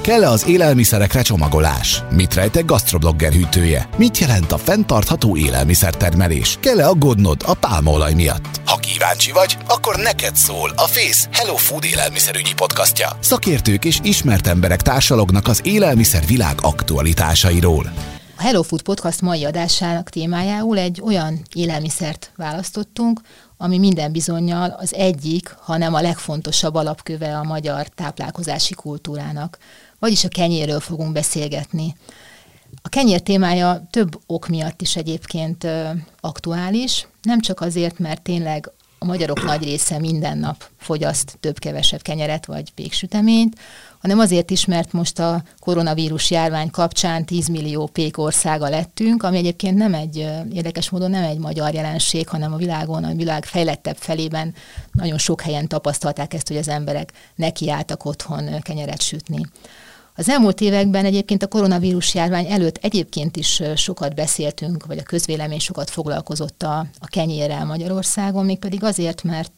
Kell-e az élelmiszerekre csomagolás? Mit rejtek gasztroblogger hűtője? Mit jelent a fenntartható élelmiszertermelés? Kell-e aggódnod a pálmaolaj miatt? Ha kíváncsi vagy, akkor neked szól a Fész Hello Food élelmiszerügyi podcastja. Szakértők és ismert emberek társalognak az élelmiszer világ aktualitásairól. A Hello Food Podcast mai adásának témájául egy olyan élelmiszert választottunk, ami minden bizonnyal az egyik, hanem a legfontosabb alapköve a magyar táplálkozási kultúrának. Vagyis a kenyérről fogunk beszélgetni. A kenyér témája több ok miatt is egyébként aktuális, nem csak azért, mert tényleg a magyarok nagy része minden nap fogyaszt több-kevesebb kenyeret vagy péksüteményt, hanem azért is, mert most a koronavírus járvány kapcsán 10 millió pék országa lettünk, ami egyébként nem egy, érdekes módon nem egy magyar jelenség, hanem a világon, a világ fejlettebb felében nagyon sok helyen tapasztalták ezt, hogy az emberek nekiálltak otthon kenyeret sütni. Az elmúlt években egyébként a koronavírus járvány előtt egyébként is sokat beszéltünk, vagy a közvélemény sokat foglalkozott a kenyérrel Magyarországon, mégpedig azért, mert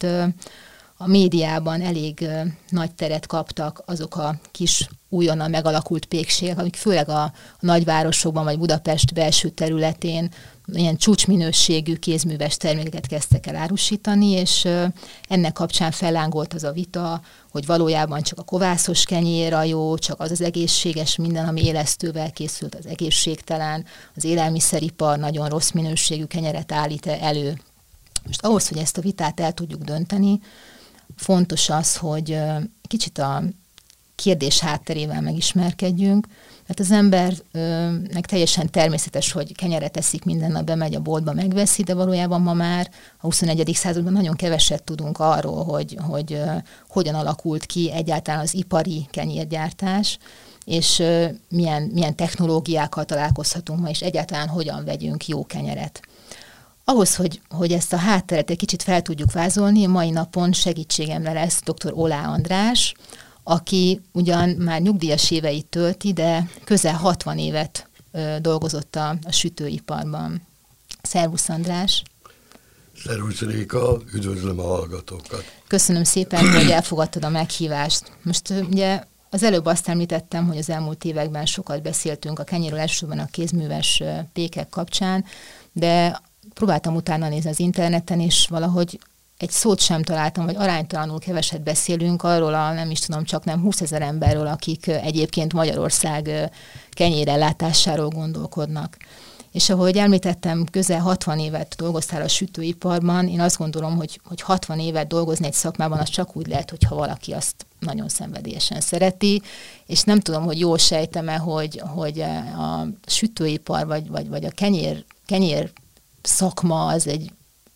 a médiában elég nagy teret kaptak azok a kis újonnan megalakult pékségek, amik főleg a nagyvárosokban vagy Budapest belső területén ilyen csúcsminőségű kézműves termékeket kezdtek el árusítani, és ennek kapcsán fellángolt az a vita, hogy valójában csak a kovászos kenyér a jó, csak az egészséges, minden, ami élesztővel készült, az egészségtelen, az élelmiszeripar nagyon rossz minőségű kenyeret állít elő. Most ahhoz, hogy ezt a vitát el tudjuk dönteni, fontos az, hogy kicsit a kérdés hátterével megismerkedjünk, mert az embernek teljesen természetes, hogy kenyeret eszik minden nap, bemegy a boltba, megveszi, de valójában ma már a 21. században nagyon keveset tudunk arról, hogy hogyan alakult ki egyáltalán az ipari kenyérgyártás, és milyen technológiákkal találkozhatunk ma, és egyáltalán hogyan vegyünk jó kenyeret. Ahhoz, hogy ezt a hátteret egy kicsit fel tudjuk vázolni, mai napon segítségemre lesz dr. Olá András, aki ugyan már nyugdíjas éveit tölti, de közel 60 évet dolgozott a sütőiparban. Szervusz, András! Szervusz, Réka! Üdvözlöm a hallgatókat! Köszönöm szépen, hogy elfogadtad a meghívást. Most ugye az előbb azt említettem, hogy az elmúlt években sokat beszéltünk a kenyérről, elsősorban a kézműves pékek kapcsán, de próbáltam utána nézni az interneten, és valahogy egy szót sem találtam, vagy aránytalanul keveset beszélünk arról nem is tudom, csak nem 20 000 emberről, akik egyébként Magyarország kenyérellátásáról gondolkodnak. És ahogy említettem, közel 60 évet dolgoztál a sütőiparban, én azt gondolom, hogy 60 évet dolgozni egy szakmában, az csak úgy lehet, hogyha valaki azt nagyon szenvedélyesen szereti, és nem tudom, hogy jól sejtem-e, hogy a sütőipar, vagy a kenyér szakma az egy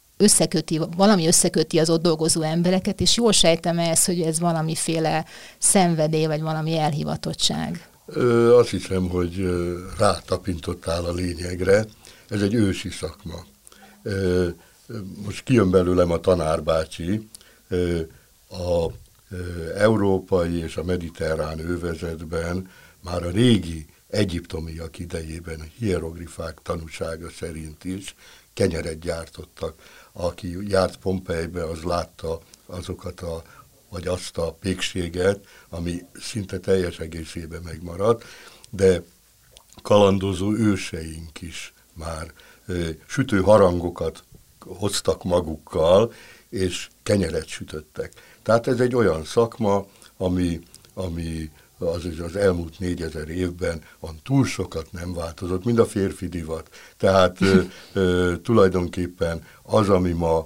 valami összeköti az ott dolgozó embereket, és jól sejtem ezt, hogy ez valamiféle szenvedély, vagy valami elhivatottság. Azt hiszem, hogy rátapintottál a lényegre. Ez egy ősi szakma. Most kijön belőlem a tanárbácsi, a európai és a mediterrán övezetben már a régi egyiptomiak idejében hieroglifák tanúsága szerint is kenyeret gyártottak. Aki járt Pompejbe, az látta azokat vagy azt a pékséget, ami szinte teljes egészében megmaradt, de kalandozó őseink is már sütőharangokat hoztak magukkal, és kenyeret sütöttek. Tehát ez egy olyan szakma, ami az elmúlt 4000 évben túl sokat nem változott, mind a férfi divat. Tehát tulajdonképpen az, ami ma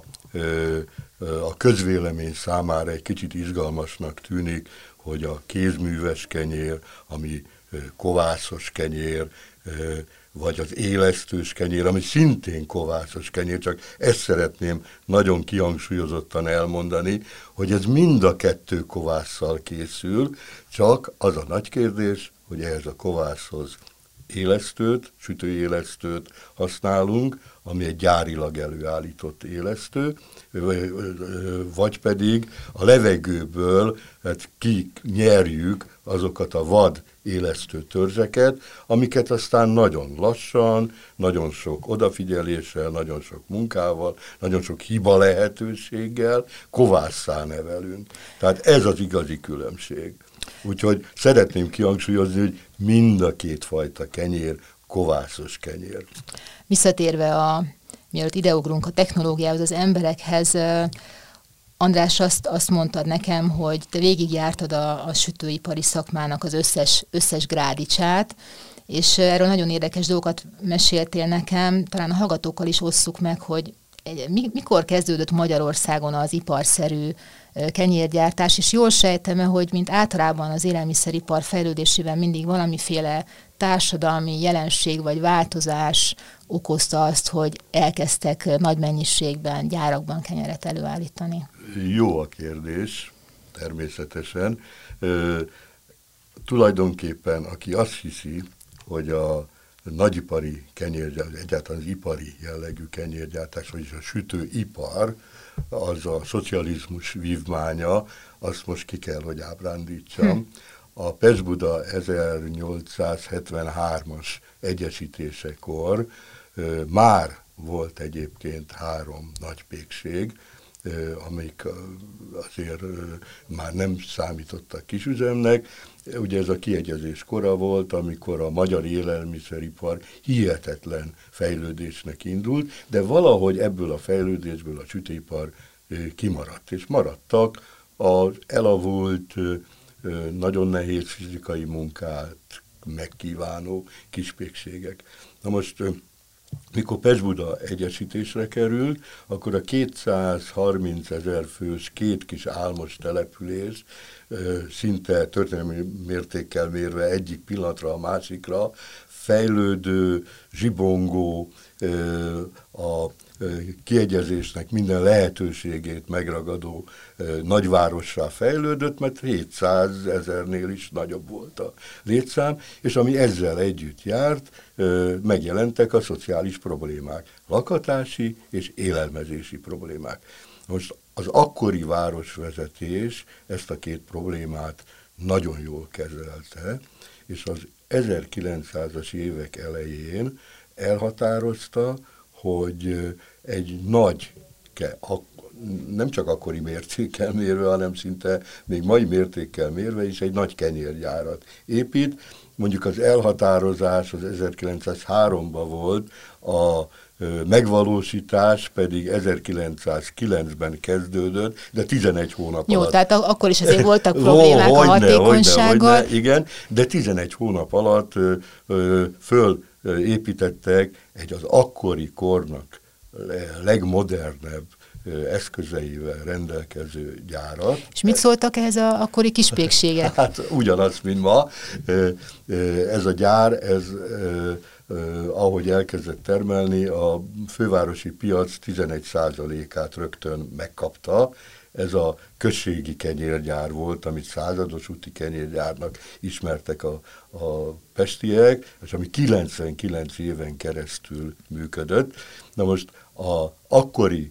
a közvélemény számára egy kicsit izgalmasnak tűnik, hogy a kézműves kenyér, ami kovászos kenyér, vagy az élesztős kenyér, ami szintén kovászos kenyér, csak ezt szeretném nagyon kihangsúlyozottan elmondani, hogy ez mind a kettő kovásszal készül, csak az a nagy kérdés, hogy ehhez a kovászhoz élesztőt, sütőélesztőt használunk, ami egy gyárilag előállított élesztő, vagy pedig a levegőből kinyerjük azokat a vad élesztő törzseket, amiket aztán nagyon lassan, nagyon sok odafigyeléssel, nagyon sok munkával, nagyon sok hiba lehetőséggel kovásszá nevelünk. Tehát ez az igazi különbség. Úgyhogy szeretném kihangsúlyozni, hogy mind a két fajta kenyér kovászos kenyér. Visszatérve mielőtt ideugrunk a technológiához, az emberekhez, András, azt mondtad nekem, hogy te végigjártad a sütőipari szakmának az összes grádicsát, és erről nagyon érdekes dolgokat meséltél nekem, talán a hallgatókkal is osszuk meg, hogy mikor kezdődött Magyarországon az iparszerű kenyérgyártás, és jól sejtem-e, hogy mint általában az élelmiszeripar fejlődésében mindig valamiféle társadalmi jelenség vagy változás okozta azt, hogy elkezdtek nagy mennyiségben, gyárakban kenyeret előállítani? Jó a kérdés, természetesen. Tulajdonképpen, aki azt hiszi, hogy a nagyipari kenyérgyártás, egyáltalán az ipari jellegű kenyérgyártás, vagyis a sütőipar, az a szocializmus vívmánya, azt most ki kell, hogy ábrándítsam. A Pest-Buda 1873-as egyesítésekor már volt egyébként 3 nagy pékség, amik azért már nem számítottak kisüzemnek. Ugye ez a kiegyezés kora volt, amikor a magyar élelmiszeripar hihetetlen fejlődésnek indult, de valahogy ebből a fejlődésből a sütőipar kimaradt, és maradtak az elavult, nagyon nehéz fizikai munkát megkívánó kispékségek. Na most, mikor Pest-Buda egyesítésre került, akkor a 230 000 fős 2 kis álmos település szinte történelmi mértékkel mérve egyik pillanatra a másikra fejlődő, zsibongó, a kiegyezésnek minden lehetőségét megragadó nagyvárossá fejlődött, mert 700 000-nél is nagyobb volt a létszám, és ami ezzel együtt járt, megjelentek a szociális problémák, lakatási és élelmezési problémák. Most az akkori városvezetés ezt a 2 problémát nagyon jól kezelte, és az 1900-as évek elején elhatározta, hogy egy nagy, nem csak akkori mértékkel mérve, hanem szinte még mai mértékkel mérve is egy nagy kenyérgyárat épít. Mondjuk az elhatározás az 1903-ban volt, a megvalósítás pedig 1909-ben kezdődött, de 11 hónap alatt. Jó, tehát akkor is azért voltak problémák a hatékonysággal. Hogyne, igen, de 11 hónap alatt fölépítettek az akkori kornak legmodernebb eszközeivel rendelkező gyárat. És mit szóltak ehhez az akkori kispékségek? Hát ugyanaz, mint ma. Ez a gyár, ahogy elkezdett termelni, a fővárosi piac 11%-át rögtön megkapta. Ez a községi kenyérgyár volt, amit százados úti kenyérgyárnak ismertek a pestiek, és ami 99 éven keresztül működött. Na most az akkori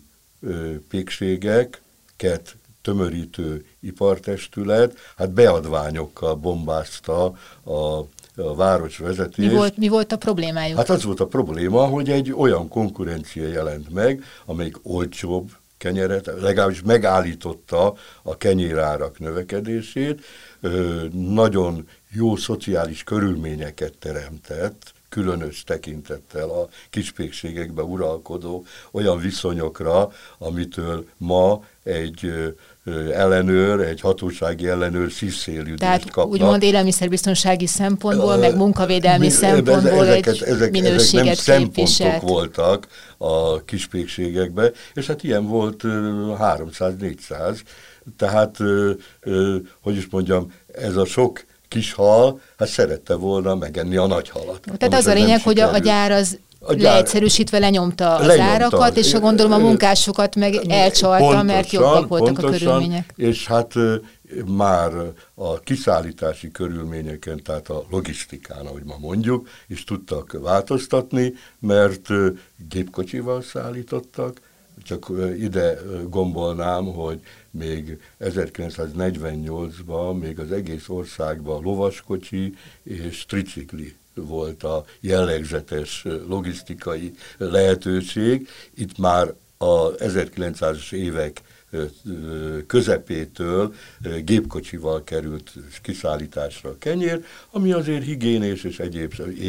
pékségeket tömörítő ipartestület, hát beadványokkal bombázta a városvezetés. Mi volt a problémájuk? Hát az volt a probléma, hogy egy olyan konkurencia jelent meg, amelyik olcsóbb kenyeret, legalábbis megállította a kenyérárak növekedését, nagyon jó szociális körülményeket teremtett, különös tekintettel a kispékségekbe uralkodó olyan viszonyokra, amitől ma egy ellenőr, egy hatósági ellenőr szívszélüdést kapnak. Úgymond élelmiszerbiztonsági szempontból, meg munkavédelmi szempontból egy minőséget szempontok voltak a kispékségekben, és hát ilyen volt 300-400, tehát, hogy is mondjam, ez a sok kis hal, hát szerette volna megenni a nagy halat. Tehát az a lényeg, hogy a gyár az leegyszerűsítve lenyomta az árakat, és gondolom a munkásokat meg elcsalta, pontosan, mert jobbak voltak a körülmények. És hát már a kiszállítási körülményeken, tehát a logisztikán, ahogy ma mondjuk, is tudtak változtatni, mert gépkocsival szállítottak, csak ide gombolnám, hogy még 1948-ban még az egész országban lovaskocsi és tricikli volt a jellegzetes logisztikai lehetőség. Itt már a 1900-as évek közepétől gépkocsival került kiszállításra a kenyér, ami azért higiénés és egyéb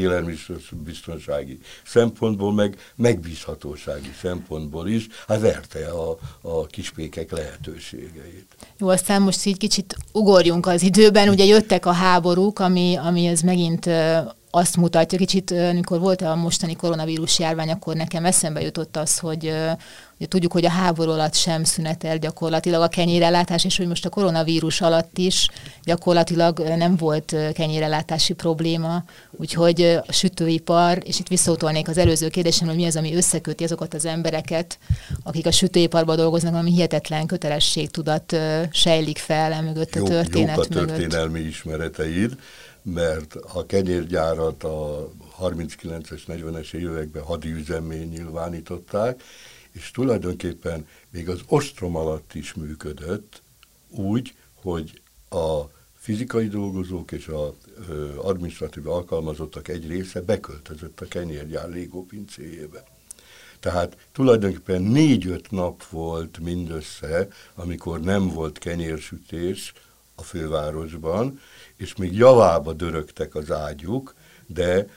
élelmiszerbiztonsági szempontból, meg megbízhatósági szempontból is, hát verte a kispékek lehetőségeit. Jó, aztán most így kicsit ugorjunk az időben, ugye jöttek a háborúk, ami ez megint azt mutatja, kicsit, amikor volt a mostani koronavírus járvány, akkor nekem eszembe jutott az, hogy tudjuk, hogy a háború alatt sem szünetel gyakorlatilag a kenyérellátás, és hogy most a koronavírus alatt is gyakorlatilag nem volt kenyérellátási probléma, úgyhogy a sütőipar, és itt visszautolnék az előző kérdésem, hogy mi az, ami összeköti azokat az embereket, akik a sütőiparban dolgoznak, ami hihetetlen kötelességtudat sejlik fel mögött a történet mögött. Jók a történelmi ismereteid, mert a kenyérgyárat a 39-es, 40-es években hadiüzemmé nyilvánították, és tulajdonképpen még az ostrom alatt is működött úgy, hogy a fizikai dolgozók és az adminisztratív alkalmazottak egy része beköltözött a kenyérgyár légópincéjébe. Tehát tulajdonképpen 4-5 nap volt mindössze, amikor nem volt kenyérsütés a fővárosban, és még javába dörögtek az ágyuk, de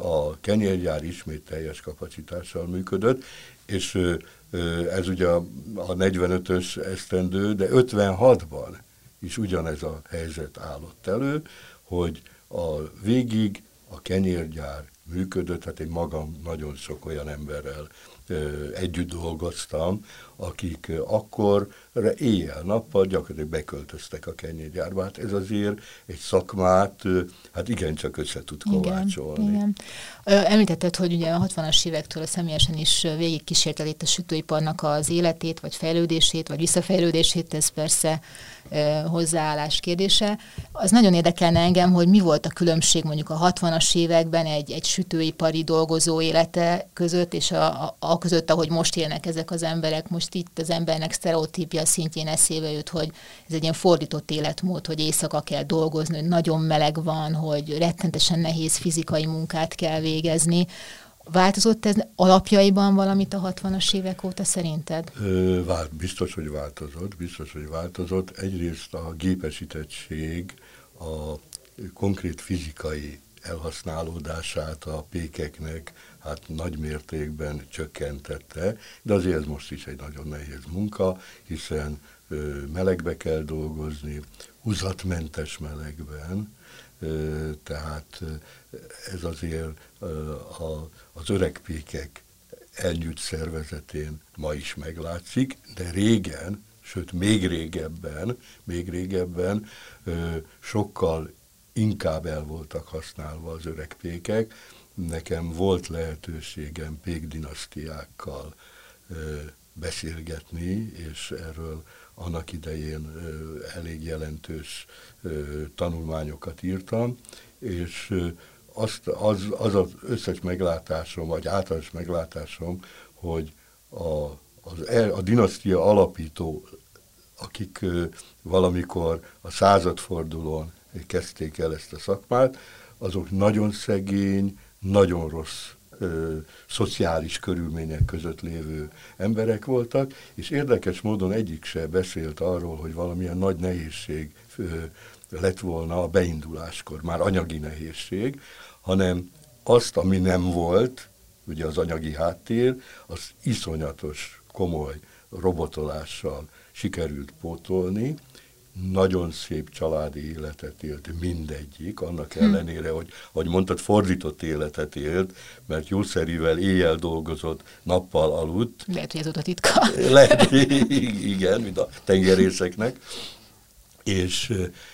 a kenyérgyár ismét teljes kapacitással működött, és ez ugye a 45-ös esztendő, de 56-ban is ugyanez a helyzet állott elő, hogy végig a kenyérgyár működött, hát én magam nagyon sok olyan emberrel együtt dolgoztam, akik akkor éjjel-nappal gyakorlatilag beköltöztek a kenyérgyárba. Hát ez azért egy szakmát, hát igencsak össze tud kovácsolni. Igen. Említetted, hogy ugye a 60-as évektől személyesen is végigkísérted itt a sütőiparnak az életét, vagy fejlődését, vagy visszafejlődését, ez persze hozzáállás kérdése. Az nagyon érdekelne engem, hogy mi volt a különbség mondjuk a 60-as években egy sütőipari dolgozó élete között, és a között, ahogy most élnek ezek az emberek. Most itt az embernek sztereotípia szintjén eszébe jut, hogy ez egy ilyen fordított életmód, hogy éjszaka kell dolgozni, hogy nagyon meleg van, hogy rettentesen nehéz fizikai munkát kell végezni. Változott ez alapjaiban valamit a 60-as évek óta szerinted? Biztos, hogy változott. Egyrészt a gépesítettség, a konkrét fizikai elhasználódását a pékeknek hát nagy mértékben csökkentette, de azért ez most is egy nagyon nehéz munka, hiszen melegbe kell dolgozni, húzatmentes melegben, tehát ez azért az öreg pékek elnyújt szervezetén ma is meglátszik, de régen, sőt még régebben sokkal inkább el voltak használva az öreg pékek. Nekem volt lehetőségem pékdinasztiákkal beszélgetni, és erről annak idején elég jelentős tanulmányokat írtam, és az összes meglátásom, vagy általános meglátásom, hogy a dinasztia alapító, akik valamikor a századfordulón kezdték el ezt a szakmát, azok nagyon szegény, nagyon rossz szociális körülmények között lévő emberek voltak, és érdekes módon egyik se beszélt arról, hogy valamilyen nagy nehézség lett volna a beinduláskor, már anyagi nehézség, hanem azt, ami nem volt, ugye az anyagi háttér, az iszonyatos, komoly robotolással sikerült pótolni. Nagyon szép családi életet élt mindegyik, annak ellenére, hogy, ahogy mondtad, fordított életet élt, mert jószerivel éjjel dolgozott, nappal aludt. Lehet, hogy ez ott a titka. Lehet, igen, mint a tengerészeknek. És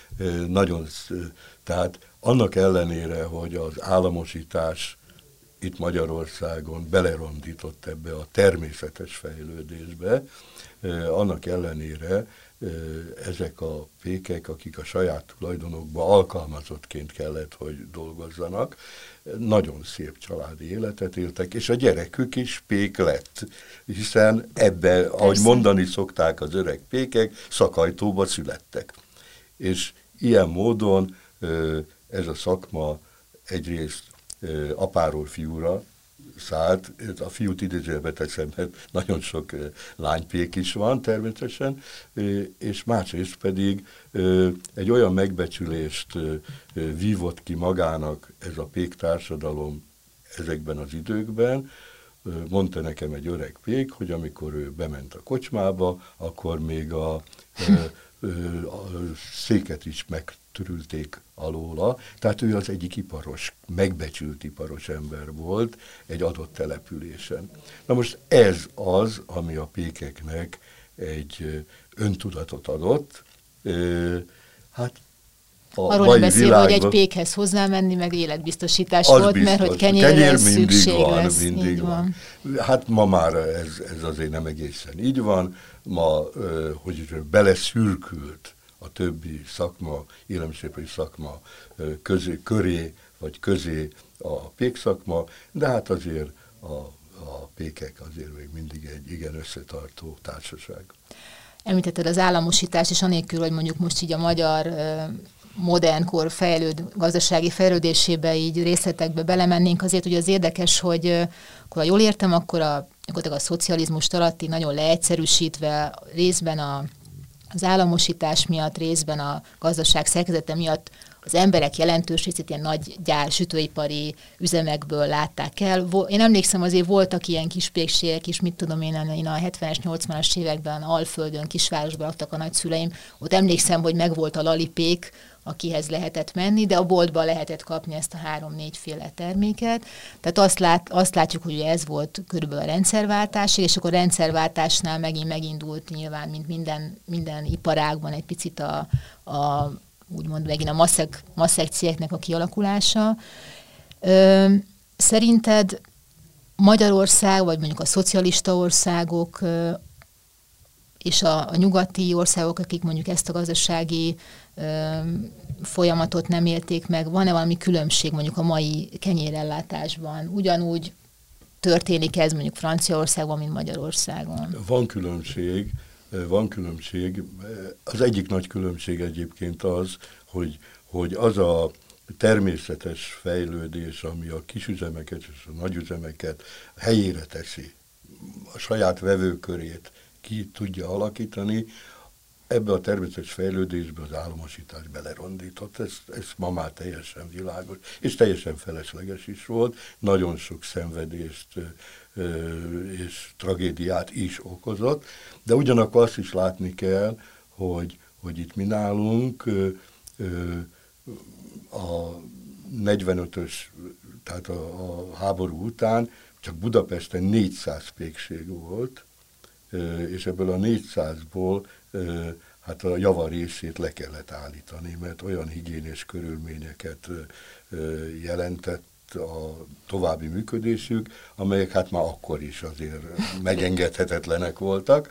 tehát annak ellenére, hogy az államosítás itt Magyarországon belerondított ebbe a természetes fejlődésbe, annak ellenére ezek a pékek, akik a saját tulajdonokban alkalmazottként kellett, hogy dolgozzanak, nagyon szép családi életet éltek, és a gyerekük is pék lett, hiszen ebbe, ahogy mondani szokták az öreg pékek, szakajtóba születtek. És ilyen módon ez a szakma egyrészt apáról fiúra szállt, a fiút idézőjelbe teszem, mert nagyon sok lánypék is van természetesen, és másrészt pedig egy olyan megbecsülést vívott ki magának ez a pék társadalom ezekben az időkben. Mondta nekem egy öreg pék, hogy amikor ő bement a kocsmába, akkor még a széket is megtörülték alóla, tehát ő az egyik iparos, megbecsült iparos ember volt egy adott településen. Na most ez az, ami a pékeknek egy öntudatot adott, hát arról nem beszélve, hogy egy pékhez hozzámenni, meg életbiztosítás volt, biztos, mert hogy kenyérre szükség lesz. Mindig van. Hát ma már ez azért nem egészen így van. Ma, hogy beleszürkült a többi szakma, élelmiszeripari szakma köré, vagy közé a pékszakma, de hát azért a pékek azért még mindig egy igen összetartó társaság. Említetted az államosítást, és anélkül, hogy mondjuk most így a magyar modern kor gazdasági fejlődésébe így részletekbe belemennénk, azért ugye az érdekes, hogy akkor, ha jól értem, akkor a szocializmus alatti nagyon leegyszerűsítve részben az államosítás miatt, részben a gazdaság szerkezete miatt az emberek jelentős részét ilyen nagy sütőipari üzemekből látták el. Én emlékszem, azért voltak ilyen kis pékségek is, mit tudom én a 70-es, 80-as években Alföldön, kisvárosban laktak a nagyszüleim. Ott emlékszem, hogy megvolt a lalipék, akihez lehetett menni, de a boltban lehetett kapni ezt a 3-4 féle terméket. Tehát azt látjuk, hogy ez volt körülbelül a rendszerváltásig, és akkor a rendszerváltásnál megindult nyilván, mint minden iparágban egy picit úgymond megint a masszeg cégeknek a kialakulása. Szerinted Magyarország, vagy mondjuk a szocialista országok és a nyugati országok, akik mondjuk ezt a gazdasági folyamatot nem élték meg, van-e valami különbség mondjuk a mai kenyérellátásban? Ugyanúgy történik ez mondjuk Franciaországban, mint Magyarországon? Van különbség. Az egyik nagy különbség egyébként az, hogy az a természetes fejlődés, ami a kisüzemeket és a nagyüzemeket helyére teszi, a saját vevőkörét ki tudja alakítani, ebbe a természetes fejlődésbe az államosítás belerondított. Ez ma már teljesen világos, és teljesen felesleges is volt. Nagyon sok szenvedést és tragédiát is okozott, de ugyanakkor azt is látni kell, hogy itt mi nálunk a 45-ös, tehát a háború után csak Budapesten 400 pékség volt, és ebből a 400-ból hát a java részét le kellett állítani, mert olyan higiénés körülményeket jelentett a további működésük, amelyek hát már akkor is azért megengedhetetlenek voltak.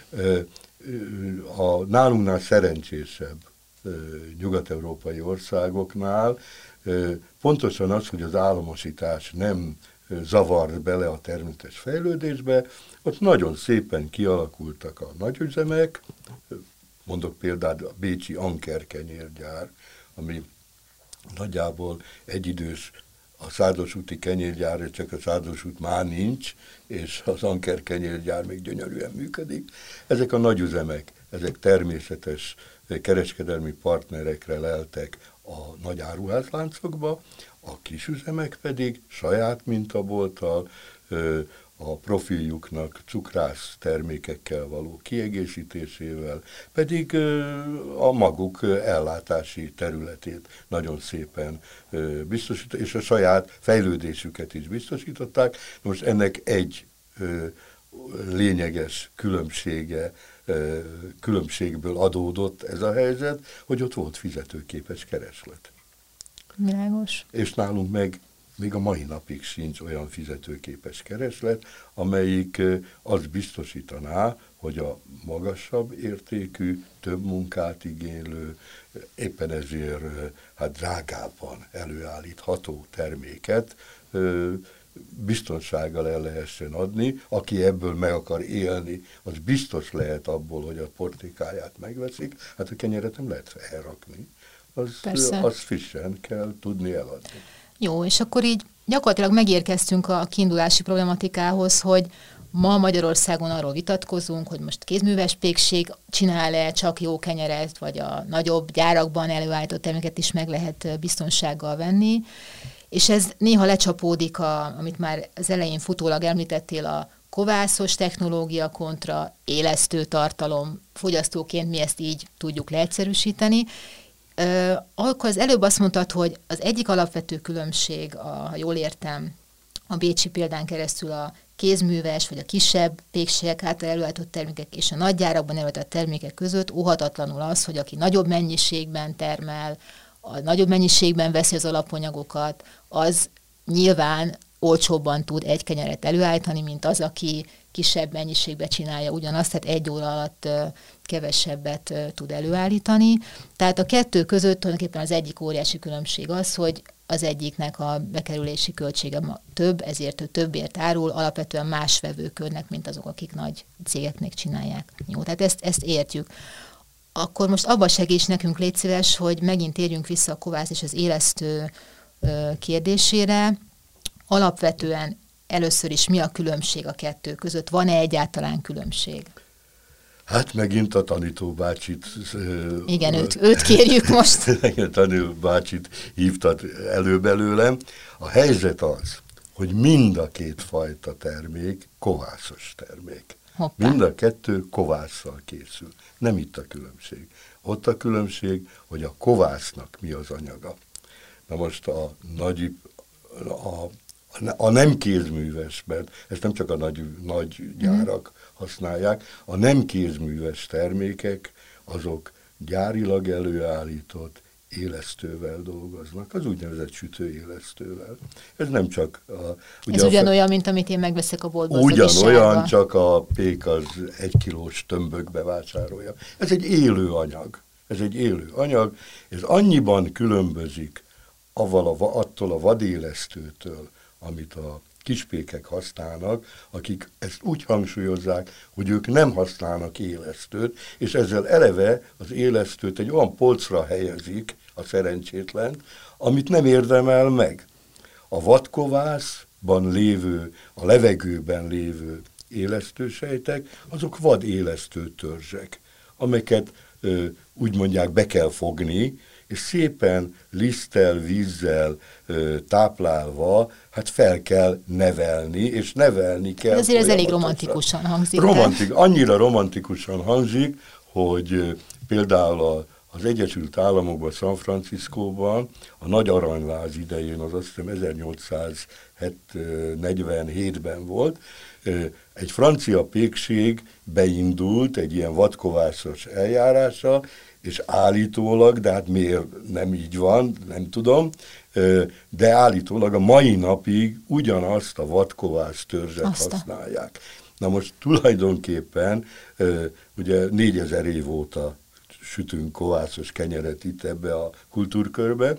A nálunknál szerencsésebb nyugat-európai országoknál pontosan az, hogy az államosítás nem zavart bele a természetes fejlődésbe, ott nagyon szépen kialakultak a nagyüzemek, mondok példát, a bécsi Anker kenyérgyár, ami nagyjából egyidős a Szárdos úti kenyérgyár, csak a Szárdos út már nincs, és az Anker kenyérgyár még gyönyörűen működik. Ezek a nagyüzemek, ezek természetes kereskedelmi partnerekre leltek a nagy áruházláncokba, a kisüzemek pedig saját mintabolttal, a profiljuknak cukrász termékekkel való kiegészítésével, pedig a maguk ellátási területét nagyon szépen biztosították, és a saját fejlődésüket is biztosították. Most ennek egy lényeges különbségből adódott ez a helyzet, hogy ott volt fizetőképes kereslet. Világos. És nálunk meg még a mai napig sincs olyan fizetőképes kereslet, amelyik azt biztosítaná, hogy a magasabb értékű, több munkát igénylő, éppen ezért hát drágábban előállítható terméket biztonsággal el lehessen adni. Aki ebből meg akar élni, az biztos lehet abból, hogy a portékáját megveszik. Hát a kenyeret nem lehet elrakni. Az frissen kell tudni eladni. Jó, és akkor így gyakorlatilag megérkeztünk a kiindulási problematikához, hogy ma Magyarországon arról vitatkozunk, hogy most kézműves pékség csinál-e csak jó kenyeret, vagy a nagyobb gyárakban előállított terméket is meg lehet biztonsággal venni. És ez néha lecsapódik, amit már az elején futólag említettél, a kovászos technológia kontra élesztő tartalom. Fogyasztóként mi ezt így tudjuk leegyszerűsíteni. Akkor az előbb azt mondtad, hogy az egyik alapvető különbség, ha jól értem, a bécsi példán keresztül a kézműves vagy a kisebb pékségek által előállított termékek és a nagygyárakban előállított termékek között óhatatlanul az, hogy aki nagyobb mennyiségben termel, a nagyobb mennyiségben veszi az alapanyagokat, az nyilván olcsóbban tud egy kenyeret előállítani, mint az, aki kisebb mennyiségben csinálja ugyanazt, tehát egy óra alatt kevesebbet tud előállítani. Tehát a kettő között tulajdonképpen az egyik óriási különbség az, hogy az egyiknek a bekerülési költsége több, ezért ő többért árul, alapvetően más vevőkörnek, mint azok, akik nagy cégeknek csinálják. Jó, tehát ezt értjük. Akkor most abba segíts nekünk, légy szíves, hogy megint térjünk vissza a kovász és az élesztő kérdésére. Alapvetően először is mi a különbség a kettő között? Van-e egyáltalán különbség? Hát megint a tanítóbácsit... Igen, őt kérjük most. A tanítóbácsit hívtad elő belőlem. A helyzet az, hogy mind a két fajta termék kovászos termék. Hoppá. Mind a kettő kovásszal készül. Nem itt a különbség. Ott a különbség, hogy a kovásznak mi az anyaga. Na most a nem kézműves, mert ezt nem csak a nagy gyárak használják, a nem kézműves termékek, azok gyárilag előállított élesztővel dolgoznak, az úgynevezett sütőélesztővel. Ez nem csak ez ugyanolyan, mint amit én megveszek a boltban. Ugyanolyan, csak a pék az 1 kilós tömbökbe vásárolja. Ez egy élő anyag. Ez annyiban különbözik attól a vadélesztőtől, amit a kispékek használnak, akik ezt úgy hangsúlyozzák, hogy ők nem használnak élesztőt, és ezzel eleve az élesztőt egy olyan polcra helyezik, a szerencsétlen, amit nem érdemel meg. A vadkovászban lévő, a levegőben lévő élesztősejtek, azok vadélesztő törzsek, amelyeket úgy mondják, be kell fogni, és szépen liszttel, vízzel táplálva, hát fel kell nevelni, és nevelni kell. Azért ez elég romantikusan hangzik. Annyira romantikusan hangzik, hogy például az Egyesült Államokban, San Franciscóban a nagy aranyláz idején, az azt hiszem 1847-ben volt, egy francia pékség beindult egy ilyen vadkovászos eljárással, és állítólag, de hát miért nem így van, nem tudom, de állítólag a mai napig ugyanazt a vadkovász törzset használják. Na most tulajdonképpen ugye 4000 év óta sütünk kovászos kenyeret itt ebbe a kultúrkörbe.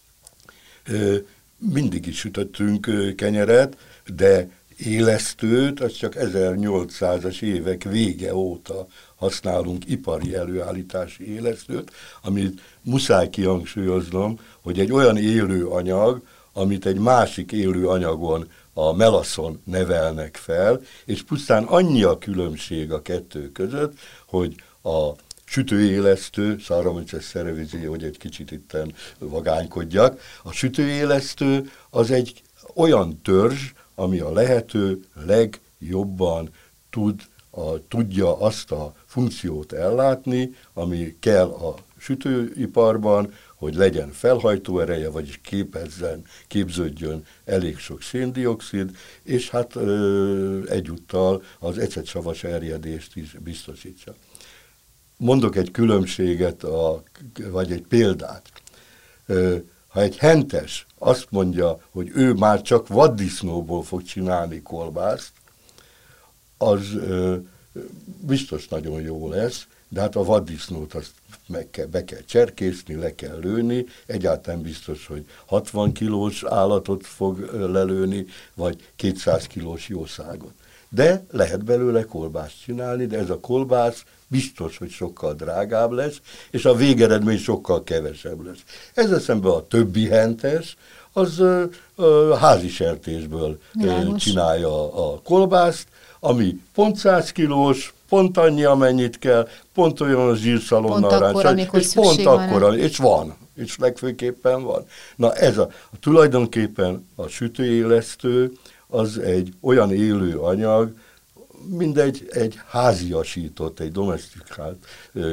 Mindig is sütöttünk kenyeret, de élesztőt, az csak 1800-as évek vége óta használunk ipari előállítási élesztőt, amit muszáj kihangsúlyoznom, hogy egy olyan élő anyag, amit egy másik élő anyagon, a melaszon nevelnek fel, és pusztán annyi a különbség a kettő között, hogy a sütőélesztő, Saccharomyces cerevisiae, hogy egy kicsit itten vagánykodjak, a sütőélesztő az egy olyan törzs, ami a lehető legjobban tudja azt a funkciót ellátni, ami kell a sütőiparban, hogy legyen felhajtó ereje, vagyis képződjön elég sok széndioxid, és hát egyúttal az ecetsavas erjedést is biztosítsa. Mondok egy különbséget, vagy egy példát. Ha egy hentes azt mondja, hogy ő már csak vaddisznóból fog csinálni kolbászt, az biztos nagyon jó lesz, de hát a vaddisznót azt be kell cserkészni, le kell lőni, egyáltalán biztos, hogy 60 kilós állatot fog lelőni, vagy 200 kilós jószágot. De lehet belőle kolbászt csinálni, de ez a kolbász biztos, hogy sokkal drágább lesz, és a végeredmény sokkal kevesebb lesz. Ezzel szemben a többi hentes, az házi sertésből csinálja a kolbászt, ami pont 100 kilós, pont annyi, amennyit kell, pont olyan a zsírszalonna arány, és pont akkor, és legfőképpen van. Na ez tulajdonképpen a sütőélesztő az egy olyan élő anyag, mint egy háziasított, egy domesztikált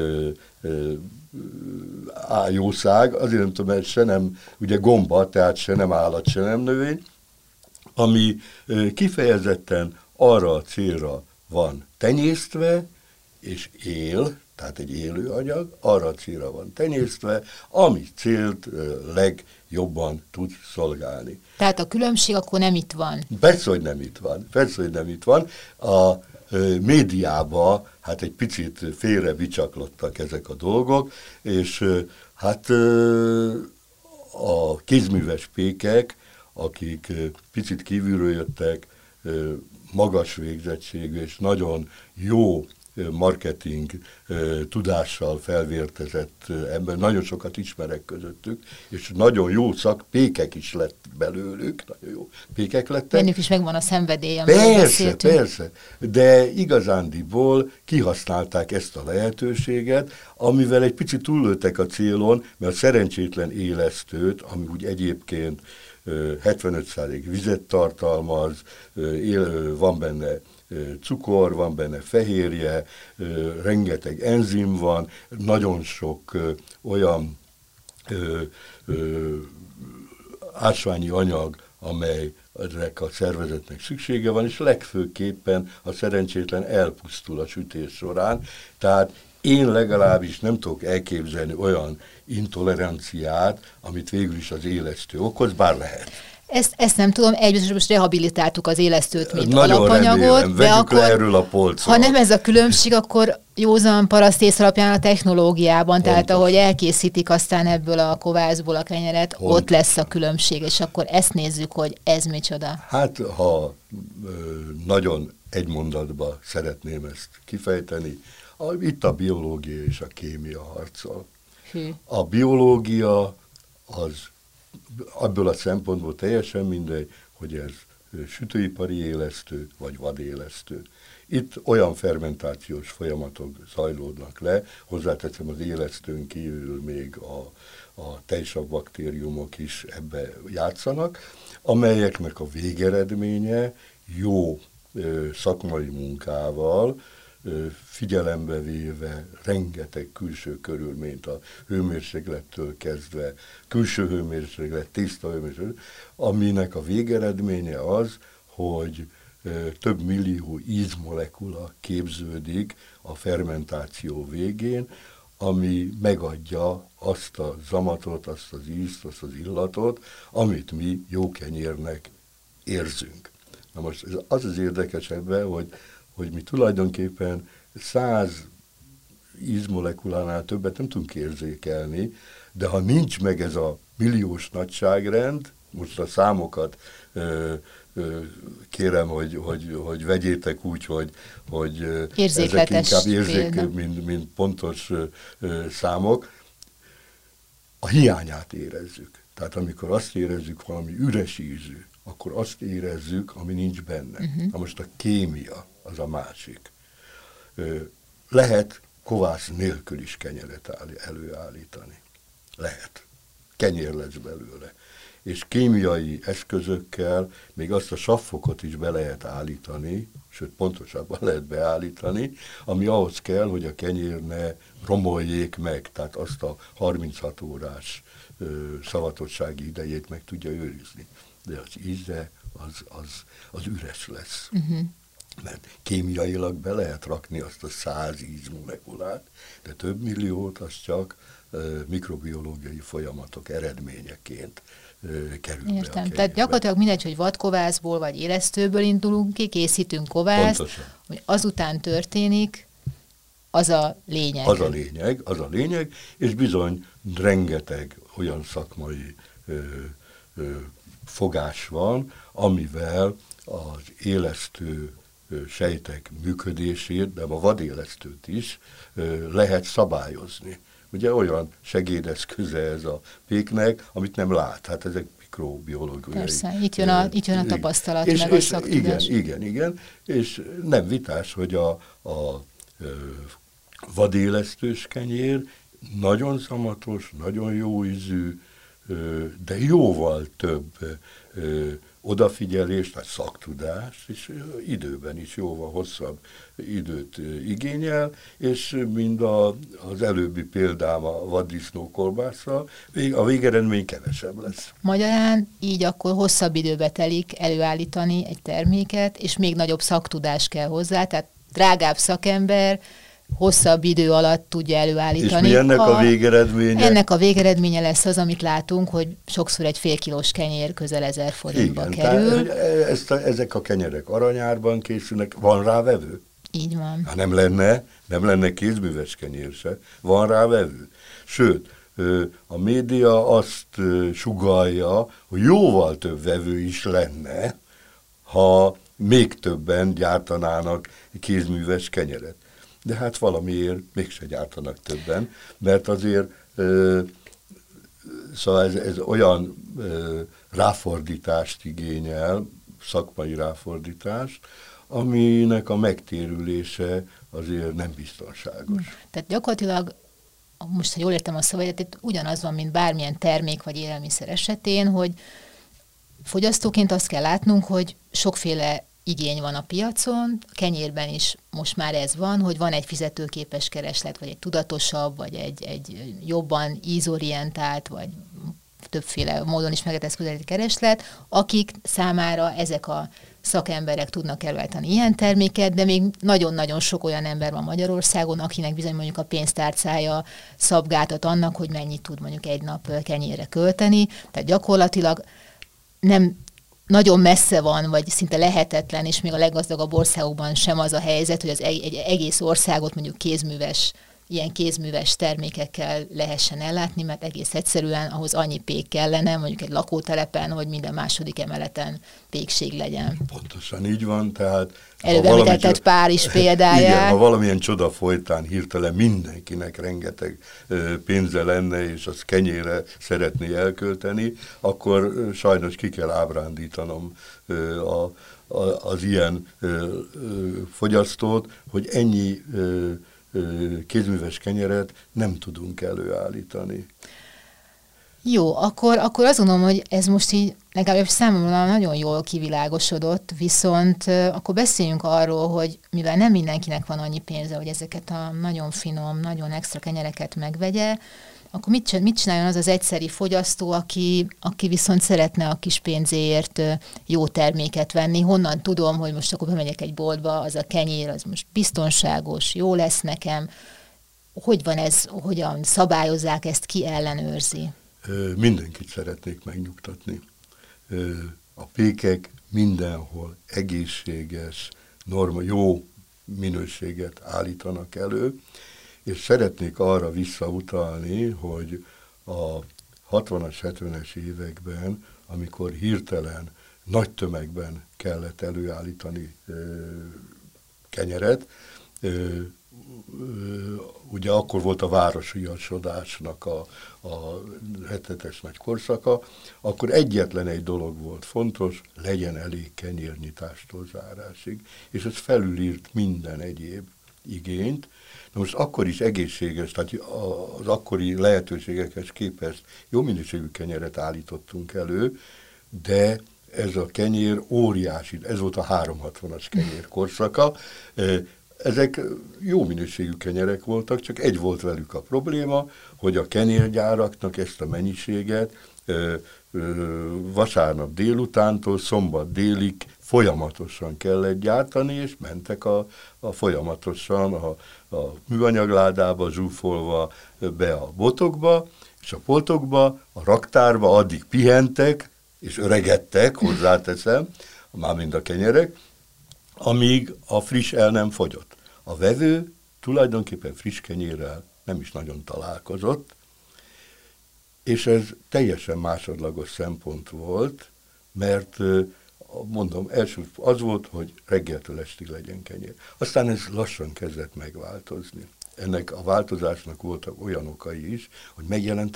jószág, azért nem tudom, mert se nem, ugye gomba, tehát se nem állat, se nem növény, ami kifejezetten arra a célra van tenyésztve, és él, tehát egy élő anyag, arra a célra van tenyésztve, ami célt legjobban tud szolgálni. Tehát a különbség akkor nem itt van. Persze, hogy nem itt van. A médiában hát egy picit félre vicsaklottak ezek a dolgok, és hát a kézműves pékek, akik picit kívülről jöttek, magas végzettségű és nagyon jó marketing tudással felvértezett ember, nagyon sokat ismerek közöttük, és nagyon jó szakpékek is lett belőlük, nagyon jó pékek lettek. Bennük is megvan a szenvedély, amiről beszéltünk. Persze, de igazándiból kihasználták ezt a lehetőséget, amivel egy picit túllőttek a célon, mert a szerencsétlen élesztőt, ami úgy egyébként 75% vizet tartalmaz, van benne cukor, van benne fehérje, rengeteg enzim van, nagyon sok olyan ásványi anyag, amelynek a szervezetnek szüksége van, és legfőképpen a szerencsétlen elpusztul a sütés során. Tehát én legalábbis nem tudok elképzelni olyan intoleranciát, amit végül is az élesztő okoz, bár lehet. Ezt nem tudom, egybiztos most rehabilitáltuk az élesztőt, mint nagyon alapanyagot, remélem, de akkor, erről a polcról. Ha nem ez a különbség, akkor józan parasztész alapján a technológiában, tehát ahogy elkészítik aztán ebből a kovászból a kenyeret, ott lesz a különbség, és akkor ezt nézzük, hogy ez micsoda. Hát, ha nagyon egy mondatba szeretném ezt kifejteni, itt a biológia és a kémia harcol. A biológia az abból a szempontból teljesen mindegy, hogy ez sütőipari élesztő, vagy vadélesztő. Itt olyan fermentációs folyamatok zajlódnak le, hozzáteszem az élesztőn kívül még a tejsav baktériumok is ebbe játszanak, amelyeknek a végeredménye jó szakmai munkával, figyelembe véve rengeteg külső körülményt, a hőmérséklettől kezdve, külső hőmérséklet, tiszta hőmérséklet, aminek a végeredménye az, hogy több millió ízmolekula képződik a fermentáció végén, ami megadja azt a zamatot, azt az ízt, azt az illatot, amit mi jó kenyérnek érzünk. Na most az az érdekes ebben, hogy mi tulajdonképpen 100 ízmolekulánál többet nem tudunk érzékelni, de ha nincs meg ez a milliós nagyságrend, most a számokat kérem, hogy vegyétek úgy, hogy ezek inkább érzékebb, mint pontos számok, a hiányát érezzük. Tehát amikor azt érezzük, valami üres ízű, akkor azt érezzük, ami nincs benne. Na most a kémia az a másik. Lehet kovász nélkül is kenyeret előállítani. Lehet. Kenyér lesz belőle. És kémiai eszközökkel még azt a savfokot is be lehet állítani, sőt pontosabban lehet beállítani, ami ahhoz kell, hogy a kenyér ne romoljék meg, tehát azt a 36 órás szavatottsági idejét meg tudja őrizni. De az íze az üres lesz. Mert kémiailag be lehet rakni azt a 100 ízmolekulát, de több milliót az csak mikrobiológiai folyamatok eredményeként kerül. Értem. Tehát gyakorlatilag mindegy, hogy vadkovászból vagy élesztőből indulunk ki, készítünk kovászt, hogy azután történik, az a lényeg. Az a lényeg, és bizony rengeteg olyan szakmai fogás van, amivel az élesztő sejtek működését, de a vadélesztőt is lehet szabályozni. Ugye olyan segédeszköze ez a péknek, amit nem lát. Hát ezek mikrobiológiai. Persze, itt jön a tapasztalat, meg a szaktudás. Igen, és nem vitás, hogy a vadélesztős kenyér nagyon szamatos, nagyon jó ízű, de jóval több odafigyelés, tehát szaktudás, és időben is jóval hosszabb időt igényel, és mind az előbbi példám a vaddisznókolbásszal, a végeredmény kevesebb lesz. Magyarán így akkor hosszabb időbe telik előállítani egy terméket, és még nagyobb szaktudás kell hozzá, tehát drágább szakember hosszabb idő alatt tudja előállítani. És mi ennek a végeredménye? Ennek a végeredménye lesz az, amit látunk, hogy sokszor egy fél kilós kenyér közel 1000 forintba kerül. Ezek a kenyerek aranyárban készülnek, van rá vevő? Így van. Ha nem lenne kézműves kenyér se, van rá vevő. Sőt, a média azt sugallja, hogy jóval több vevő is lenne, ha még többen gyártanának kézműves kenyeret. De hát valamiért mégse gyártanak többen, mert azért szóval ez olyan ráfordítást igényel, szakmai ráfordítást, aminek a megtérülése azért nem biztonságos. Tehát gyakorlatilag, most ha jól értem a szavaidat, itt ugyanaz van, mint bármilyen termék vagy élelmiszer esetén, hogy fogyasztóként azt kell látnunk, hogy sokféle igény van a piacon, a kenyérben is most már ez van, hogy van egy fizetőképes kereslet, vagy egy tudatosabb, vagy egy jobban ízorientált, vagy többféle módon is meg lehet kereslet, akik számára ezek a szakemberek tudnak előállítani ilyen terméket, de még nagyon-nagyon sok olyan ember van Magyarországon, akinek bizony mondjuk a pénztárcája szabgáltat annak, hogy mennyit tud mondjuk egy nap kenyérre költeni. Tehát gyakorlatilag nem nagyon messze van, vagy szinte lehetetlen, és még a leggazdagabb országokban sem az a helyzet, hogy egy egész országot mondjuk ilyen kézműves termékekkel lehessen ellátni, mert egész egyszerűen ahhoz annyi pék kellene, mondjuk egy lakótelepen, hogy minden második emeleten pékség legyen. Pontosan így van, tehát... Előbb említetted Párizs példáját. Igen, ha valamilyen csoda folytán hirtelen mindenkinek rengeteg pénze lenne, és az kenyére szeretné elkölteni, akkor sajnos ki kell ábrándítanom az ilyen fogyasztót, hogy ennyi kézműves kenyeret nem tudunk előállítani. Jó, akkor azt gondolom, hogy ez most így legalábbis számomra nagyon jól kivilágosodott, viszont akkor beszéljünk arról, hogy mivel nem mindenkinek van annyi pénze, hogy ezeket a nagyon finom, nagyon extra kenyereket megvegye, akkor mit csináljon az az egyszeri fogyasztó, aki viszont szeretne a kis pénzéért jó terméket venni? Honnan tudom, hogy most akkor bemegyek egy boltba, az a kenyér, az most biztonságos, jó lesz nekem? Hogy van ez, hogyan szabályozzák ezt, ki ellenőrzi? Mindenkit szeretnék megnyugtatni. A pékek mindenhol egészséges, jó minőséget állítanak elő, és szeretnék arra visszautalni, hogy a 60-as, 70-es években, amikor hirtelen, nagy tömegben kellett előállítani kenyeret, ugye akkor volt a városiasodásnak a rettetes nagy korszaka, akkor egyetlen egy dolog volt fontos, legyen elég kenyérnyitástól zárásig, és ez felülírt minden egyéb igényt. Na most akkor is egészséges, tehát az akkori lehetőségekhez képest jó minőségű kenyeret állítottunk elő, de ez a kenyér óriási, ez volt a 360-as kenyér korszaka. Ezek jó minőségű kenyerek voltak, csak egy volt velük a probléma, hogy a kenyérgyáraknak ezt a mennyiséget vasárnap délutántól szombat délig folyamatosan kellett gyártani, és mentek folyamatosan a műanyagládába, zsúfolva be a botokba, és a poltokba, a raktárba addig pihentek, és öregedtek, hozzáteszem, mármint a kenyerek, amíg a friss el nem fogyott. A vevő tulajdonképpen friss kenyérrel nem is nagyon találkozott, és ez teljesen másodlagos szempont volt, mert mondom, első az volt, hogy reggeltől estig legyen kenyér. Aztán ez lassan kezdett megváltozni. Ennek a változásnak voltak olyan okai is, hogy megjelentek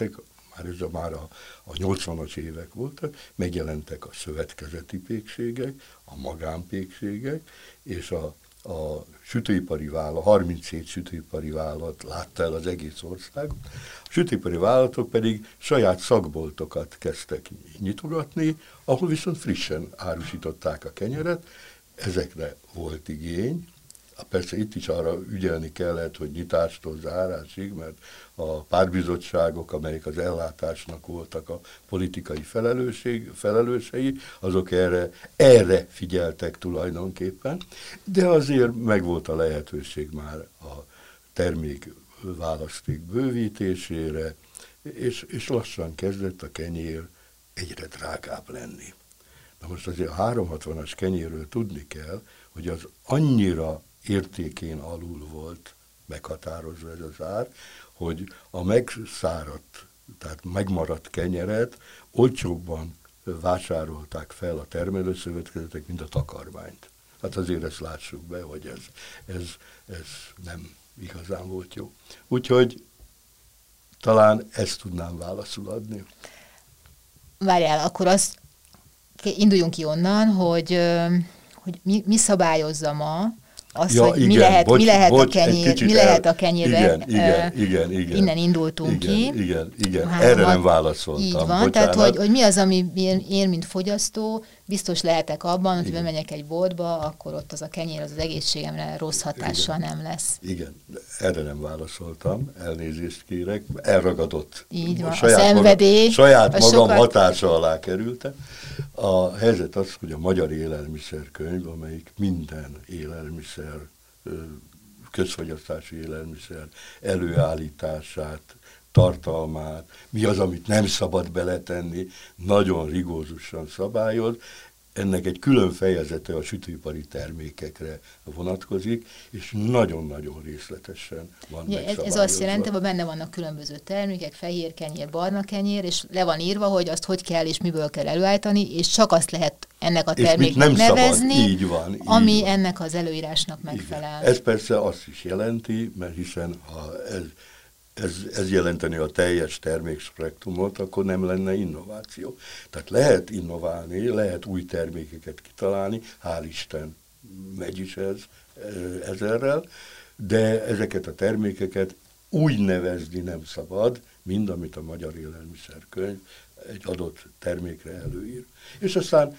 már a 80-as évek voltak, megjelentek a szövetkezeti pékségek, a magánpékségek, és a sütőipari vállalat, 37 sütőipari vállalat látta el az egész országot. A sütőipari vállalatok pedig saját szakboltokat kezdtek nyitogatni, ahol viszont frissen árusították a kenyeret, ezekre volt igény. Persze itt is arra ügyelni kellett, hogy nyitástól zárásig, mert a pártbizottságok, amelyek az ellátásnak voltak a politikai felelősei, azok erre figyeltek tulajdonképpen, de azért megvolt a lehetőség már a termék választék bővítésére, és lassan kezdett a kenyér egyre drágább lenni. Na most azért a 360-as kenyérről tudni kell, hogy az annyira értékén alul volt meghatározva ez az ár, hogy a megszáradt, tehát megmaradt kenyeret olcsóbban vásárolták fel a termelőszövetkezetek, mint a takarmányt. Hát azért ezt lássuk be, hogy ez nem igazán volt jó. Úgyhogy talán ezt tudnám válaszul adni. Várjál, akkor induljunk ki onnan, hogy mi szabályozza ma azt, hogy igen, mi lehet a kenyérben. Igen. Innen indultunk ki. Igen. Erre nem válaszoltam. Így van, tehát hogy mi az, ami én, mint fogyasztó, biztos lehetek abban, hogy bemegyek egy boltba, akkor ott az a kenyér az egészségemre rossz hatással nem lesz. Igen, erre nem válaszoltam, elnézést kérek, elragadott. Így van, a szenvedély. Saját magam hatása alá kerültem. A helyzet az, hogy a Magyar Élelmiszerkönyv, amelyik minden élelmiszer, közfogyasztási élelmiszer előállítását, tartalmát, mi az, amit nem szabad beletenni, nagyon rigózusan szabályoz. Ennek egy külön fejezete a sütőipari termékekre vonatkozik, és nagyon-nagyon részletesen van megszabályozva. Ez azt jelenti, hogy benne vannak különböző termékek, fehér kenyér, barna kenyér, és le van írva, hogy azt hogy kell és miből kell előállítani, és csak azt lehet ennek a terméknek nevezni, így van, ami ennek az előírásnak megfelel. Igen. Ez persze azt is jelenti, mert hiszen ha ez jelenteni a teljes termékspektrumot, akkor nem lenne innováció. Tehát lehet innoválni, lehet új termékeket kitalálni, hál' Isten megy is ez ezerrel, de ezeket a termékeket úgy nevezni nem szabad, mind amit a Magyar Élelmiszerkönyv egy adott termékre előír. És aztán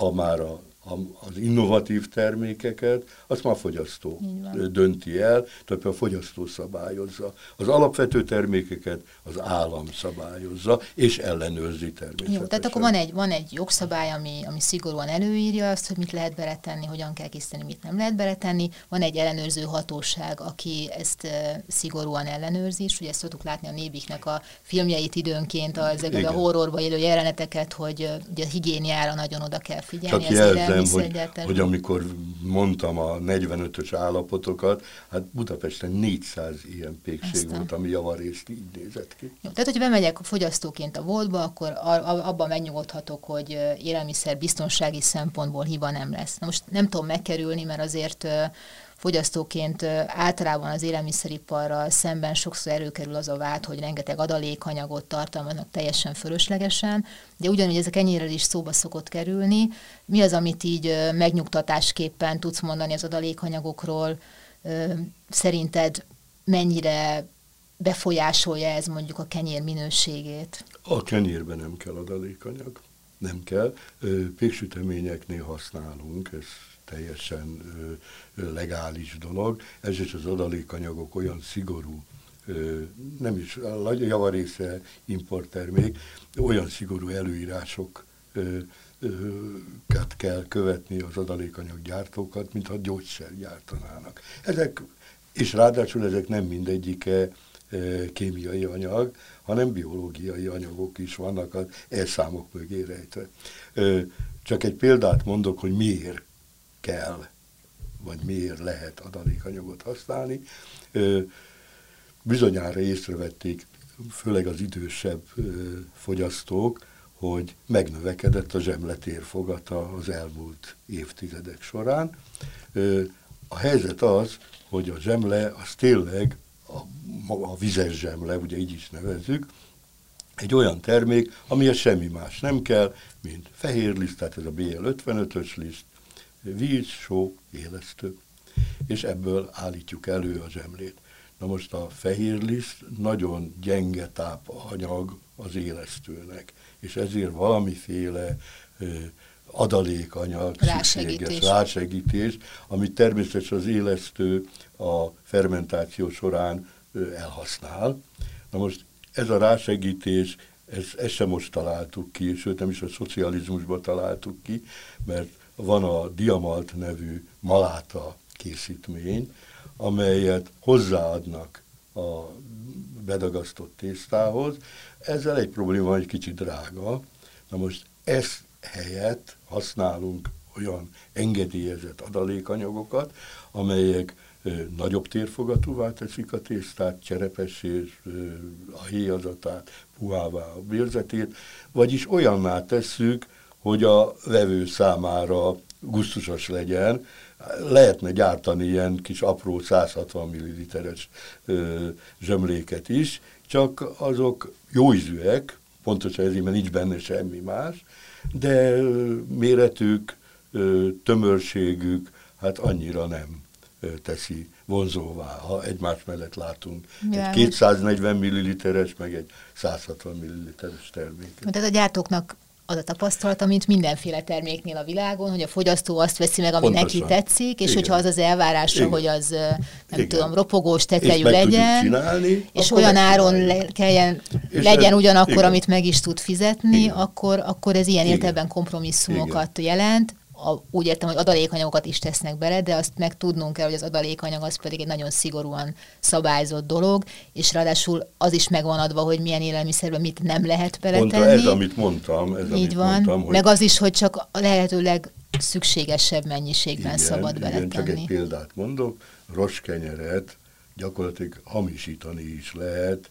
az innovatív termékeket, azt már a fogyasztó dönti el, tehát a fogyasztó szabályozza. Az alapvető termékeket az állam szabályozza, és ellenőrzi természetesen. Jó, tehát akkor van egy jogszabály, ami szigorúan előírja azt, hogy mit lehet beletenni, hogyan kell készíteni, mit nem lehet beletenni. Van egy ellenőrző hatóság, aki ezt szigorúan ellenőrzi, és ugye ezt szoktuk látni a Nébiknek a filmjeit időnként, ezekben a horrorba élő jeleneteket, hogy ugye a higiéniára nagyon oda kell figyelni. Csak jelzem, hogy amikor mondtam a 45-ös állapotokat, hát Budapesten 400 ilyen pékség volt, ami javarészt így nézett ki. Jó, tehát, hogyha bemegyek fogyasztóként a boltba, akkor abban megnyugodhatok, hogy élelmiszer biztonsági szempontból hiba nem lesz. Na most nem tudom megkerülni, mert azért fogyasztóként általában az élelmiszeriparral szemben sokszor előkerül az a vád, hogy rengeteg adalékanyagot tartalmaznak teljesen fölöslegesen, de ugyanúgy ez a kenyérrel is szóba szokott kerülni. Mi az, amit így megnyugtatásképpen tudsz mondani az adalékanyagokról? Szerinted mennyire befolyásolja ez mondjuk a kenyér minőségét? A kenyérben nem kell adalékanyag, nem kell. Péksüteményeknél használunk, ez teljesen legális dolog. Ez is az adalékanyagok olyan szigorú, nem is a javarésze importtermék, olyan szigorú előírásokat kell követni az adalékanyaggyártókat, mintha gyógyszer gyártanának. És ráadásul ezek nem mindegyike kémiai anyag, hanem biológiai anyagok is vannak az elszámok mögé rejtve. Csak egy példát mondok, hogy miért kell, vagy miért lehet adalékanyagot használni. Bizonyára észrevették, főleg az idősebb fogyasztók, hogy megnövekedett a zsemle térfogata az elmúlt évtizedek során. A helyzet az, hogy a zsemle az tényleg a vizes zsemle, ugye így is nevezzük, egy olyan termék, amihez semmi más nem kell, mint fehér liszt, tehát ez a BL55-ös liszt, víz, só, élesztő, és ebből állítjuk elő a zsemlét. Na most a fehér liszt nagyon gyenge tápanyag az élesztőnek, és ezért valamiféle adalékanyag szükséges, rásegítés, amit természetesen az élesztő a fermentáció során elhasznál. Na most ez a rásegítés, ezt sem most találtuk ki, sőt nem is a szocializmusban találtuk ki, mert van a Diamalt nevű maláta készítmény, amelyet hozzáadnak a bedagasztott tésztához. Ezzel egy probléma, hogy kicsit drága. Na most ezt helyett használunk olyan engedélyezett adalékanyagokat, amelyek nagyobb térfogatúvá teszik a tésztát, cserepessé, a héjazatát, puhává a bélzetét, vagyis olyanná tesszük, hogy a vevő számára gusztusos legyen. Lehetne gyártani ilyen kis apró 160 ml-es zsömléket is, csak azok jó ízűek, pontosan ezért, mert nincs benne semmi más, de méretük, tömörségük, hát annyira nem teszi vonzóvá, ha egymás mellett látunk egy 240 ml-es, meg egy 160 ml-es terméket. Tehát a gyártóknak az a tapasztalata, mint mindenféle terméknél a világon, hogy a fogyasztó azt veszi meg, ami neki tetszik, és hogyha az az elvárása, hogy az nem tudom, ropogós tetejű legyen, csinálni, és olyan áron legyen ugyanakkor, amit meg is tud fizetni, akkor ez ilyen értelemben kompromisszumokat jelent. Úgy értem, hogy adalékanyagokat is tesznek bele, de azt meg tudnunk kell, hogy az adalékanyag az pedig egy nagyon szigorúan szabályzott dolog, és ráadásul az is megvan adva, hogy milyen élelmiszerben mit nem lehet beletenni. Pont ez, amit mondtam. Így van. Hogy meg az is, hogy csak a lehetőleg szükségesebb mennyiségben szabad beletenni. Csak egy példát mondok, rostkenyeret gyakorlatilag hamisítani is lehet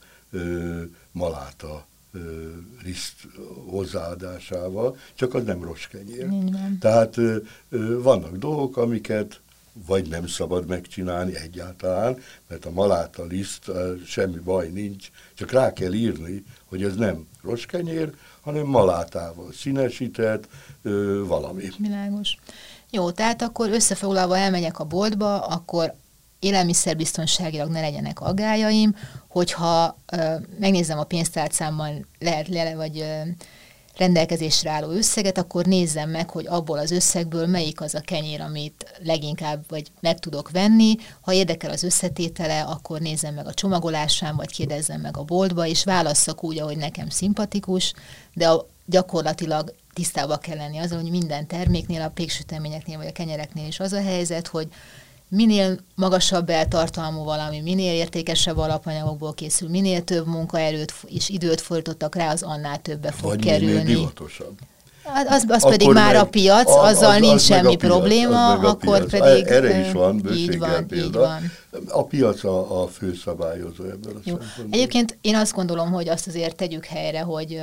maláta liszt hozzáadásával, csak az nem rostkenyér. Tehát vannak dolgok, amiket vagy nem szabad megcsinálni egyáltalán, mert a maláta liszt semmi baj nincs, csak rá kell írni, hogy ez nem rostkenyér, hanem malátával színesített valami. Világos. Jó, tehát akkor összefoglalva elmegyek a boltba, akkor élelmiszerbiztonságilag ne legyenek aggályaim, hogyha megnézem a pénztárcámmal vagy rendelkezésre álló összeget, akkor nézzem meg, hogy abból az összegből melyik az a kenyér, amit leginkább vagy meg tudok venni. Ha érdekel az összetétele, akkor nézzem meg a csomagolásán, vagy kérdezzem meg a boltba, és válasszak úgy, ahogy nekem szimpatikus, de gyakorlatilag tisztában kell lenni azzal, hogy minden terméknél, a péksüteményeknél vagy a kenyereknél is az a helyzet, hogy minél magasabb beltartalmú valami, minél értékesebb alapanyagokból készül, minél több munkaerőt és időt fordítottak rá, az annál többe fog kerülni. Vagy minél divatosabb. Az pedig már a piac, azzal nincs semmi probléma, akkor pedig... Erre is van bőséggel példa. A piac a fő szabályozó ebből a szempontból. Egyébként én azt gondolom, hogy azt azért tegyük helyre, hogy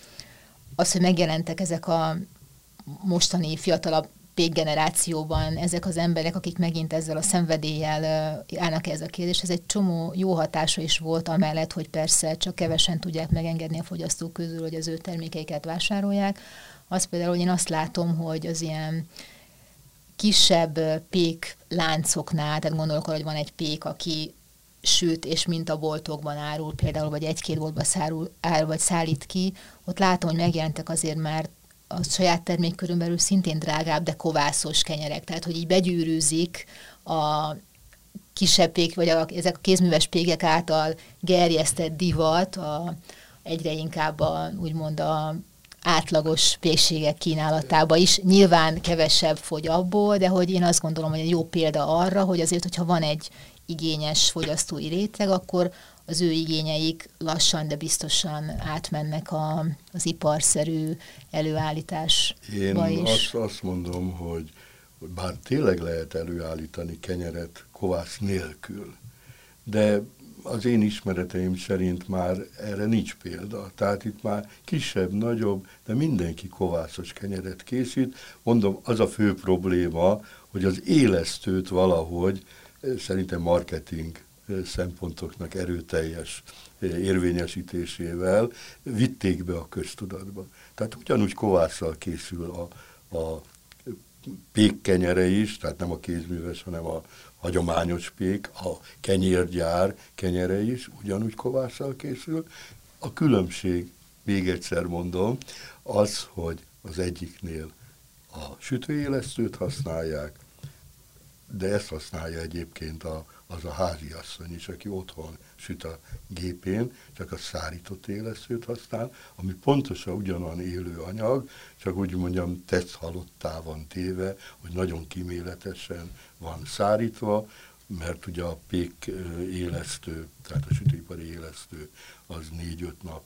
az, hogy megjelentek ezek a mostani fiatalabb generációban ezek az emberek, akik megint ezzel a szenvedéllyel állnak ez a kérdés, ez egy csomó jó hatása is volt, amellett, hogy persze csak kevesen tudják megengedni a fogyasztók közül, hogy az ő termékeiket vásárolják. Az például, hogy én azt látom, hogy az ilyen kisebb pék láncoknál, tehát gondolok arra, hogy van egy pék, aki süt és mintaboltokban árul, például, vagy egy-két boltban vagy szállít ki, ott látom, hogy megjelentek azért már a saját termékkörön belül szintén drágább, de kovászos kenyerek. Tehát, hogy így begyűrűzik a kisebb pék, vagy ezek a kézműves pékek által gerjesztett divat egyre inkább úgymond a átlagos pékségek kínálatába is. Nyilván kevesebb fogy abból, de hogy én azt gondolom, hogy egy jó példa arra, hogy azért, hogyha van egy igényes fogyasztói réteg, akkor az ő igényeik lassan, de biztosan átmennek az iparszerű előállításba is. Én azt mondom, hogy bár tényleg lehet előállítani kenyeret kovász nélkül, de az én ismereteim szerint már erre nincs példa. Tehát itt már kisebb, nagyobb, de mindenki kovászos kenyeret készít. Mondom, az a fő probléma, hogy az élesztőt valahogy, szerintem marketing szempontoknak erőteljes érvényesítésével vitték be a köztudatba. Tehát ugyanúgy kovásszal készül a pék kenyere is, tehát nem a kézműves, hanem a hagyományos pék, a kenyérgyár kenyere is ugyanúgy kovásszal készül. A különbség, még egyszer mondom, az, hogy az egyiknél a sütőélesztőt használják, de ezt használja egyébként az a háziasszony is, aki otthon süt a gépén, csak a szárított élesztőt használ, ami pontosan ugyanolyan élő anyag, csak úgy mondjam, tetszhalottá van téve, hogy nagyon kíméletesen van szárítva, mert ugye a pék élesztő, tehát a sütőipari élesztő az 4-5 nap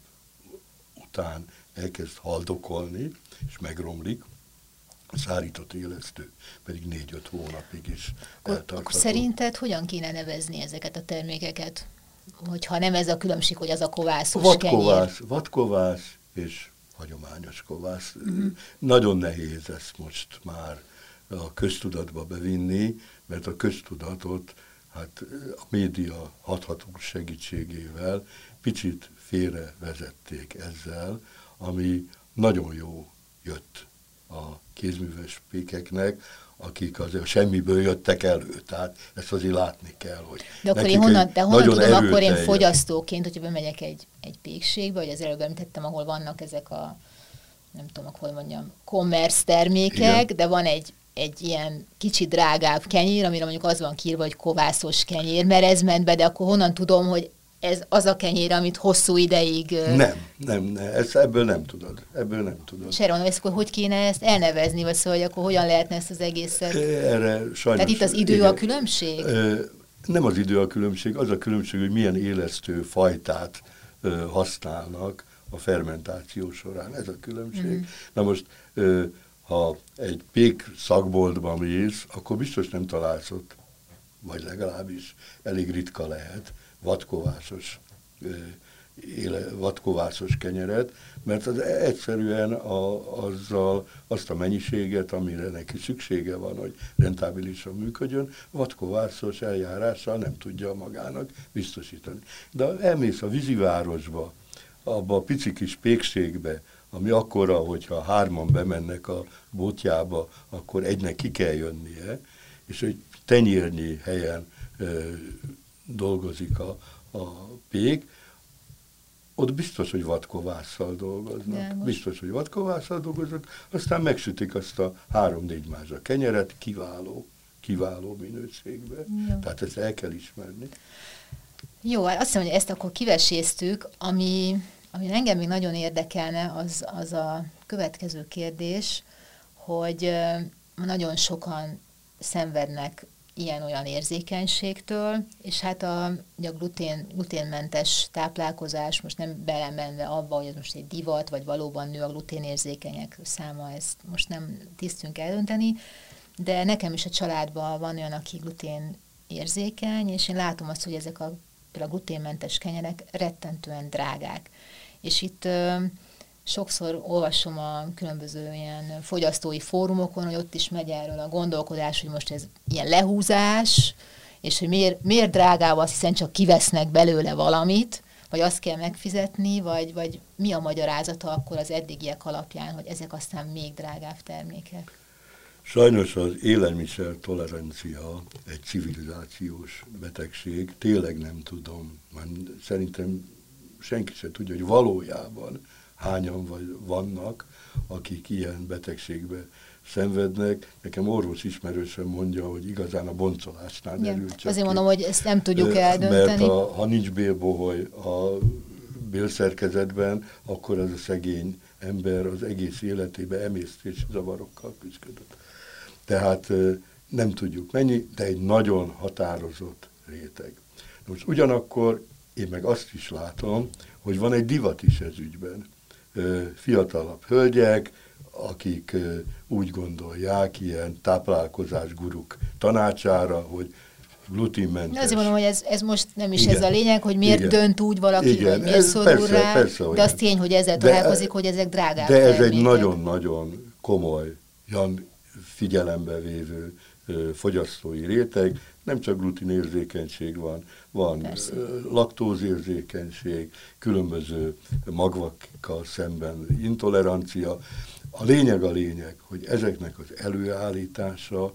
után elkezd haldokolni, és megromlik, a szárított élesztő pedig 4-5 hónapig is eltartható. Akkor szerinted hogyan kéne nevezni ezeket a termékeket? Hogyha nem ez a különbség, hogy az a kovászos kenyér. Vadkovász és hagyományos kovász. Nagyon nehéz ezt most már a köztudatba bevinni, mert a köztudatot hát a média hathatós segítségével picit félrevezették ezzel, ami nagyon jó jött a kézműves pékeknek, akik azért semmiből jöttek elő. Tehát ezt azért látni kell, hogy de akkor én honnan tudom, akkor én fogyasztóként, hogyha bemegyek egy pékségbe, vagy az előbb említettem, ahol vannak ezek a, nem tudom, hol mondjam, commerce termékek, igen. De van egy ilyen kicsit drágább kenyér, amire mondjuk az van kiírva, hogy kovászos kenyér, mert ez ment be, de akkor honnan tudom, hogy ez az a kenyér, amit hosszú ideig... Nem, ebből nem tudod. És erre mondom, akkor hogy kéne ezt elnevezni, vagy szóval, hogy akkor hogyan lehetne ezt az egészet... Erre sajnos... Tehát itt az idő a különbség? Nem az idő a különbség, az a különbség, hogy milyen élesztő fajtát használnak a fermentáció során. Ez a különbség. Na most, ha egy pék szakboltban mész, akkor biztos nem találsz ott, vagy legalábbis elég ritka lehet, vadkovászos kenyeret, mert az egyszerűen azzal azt a mennyiséget, amire neki szüksége van, hogy rentábilisan működjön, vadkovászos eljárással nem tudja magának biztosítani. De elmész a vízivárosba, abba a pici kis pékségbe, ami akkora, hogyha 3-an bemennek a bótjába, akkor egynek ki kell jönnie, és egy tenyérnyi helyen dolgozik a pék, ott biztos, hogy vadkovásszal dolgoznak. Biztos, hogy vadkovásszal dolgoznak, aztán megsütik azt a 3-4 mázsa kenyeret kiváló minőségben. Jó. Tehát ezt el kell ismerni. Jó, azt hiszem, hogy ezt akkor kiveséztük, ami engem még nagyon érdekelne, az a következő kérdés, hogy nagyon sokan szenvednek ilyen-olyan érzékenységtől, és hát a gluténmentes táplálkozás, most nem belemenve abba, hogy ez most egy divat, vagy valóban nő a gluténérzékenyek száma, ezt most nem tisztünk eldönteni, de nekem is a családban van olyan, aki gluténérzékeny, és én látom azt, hogy ezek a gluténmentes kenyerek rettentően drágák. És itt sokszor olvasom a különböző ilyen fogyasztói fórumokon, hogy ott is megy erről a gondolkodás, hogy most ez ilyen lehúzás, és hogy miért drágább az, hiszen csak kivesznek belőle valamit, vagy azt kell megfizetni, vagy mi a magyarázata akkor az eddigiek alapján, hogy ezek aztán még drágább termékek? Sajnos az élelmiszer tolerancia egy civilizációs betegség, tényleg nem tudom, szerintem senki sem tudja, hogy valójában hányan vannak, akik ilyen betegségbe szenvednek. Nekem orvos ismerősöm mondja, hogy igazán a boncolásnál derül csak. Azért mondom, hogy ezt nem tudjuk eldönteni. Mert ha nincs bélboholy a bélszerkezetben, akkor ez a szegény ember az egész életében emésztési zavarokkal küzdött. Tehát nem tudjuk mennyi, de egy nagyon határozott réteg. Most ugyanakkor én meg azt is látom, hogy van egy divat is ez ügyben. Fiatalabb hölgyek, akik úgy gondolják, ilyen táplálkozás guruk tanácsára, hogy gluténmentes. Azért mondom, hogy ez most nem is ez a lényeg, hogy miért dönt úgy valaki, vagy miért szorul rá, persze, de az tény, hogy ezzel találkozik, hogy ezek drágább termékek. De ez egy nagyon-nagyon komoly, figyelembe vévő fogyasztói réteg, nem csak gluténérzékenység van laktózérzékenység, különböző magvakkal szemben intolerancia. A lényeg, hogy ezeknek az előállítása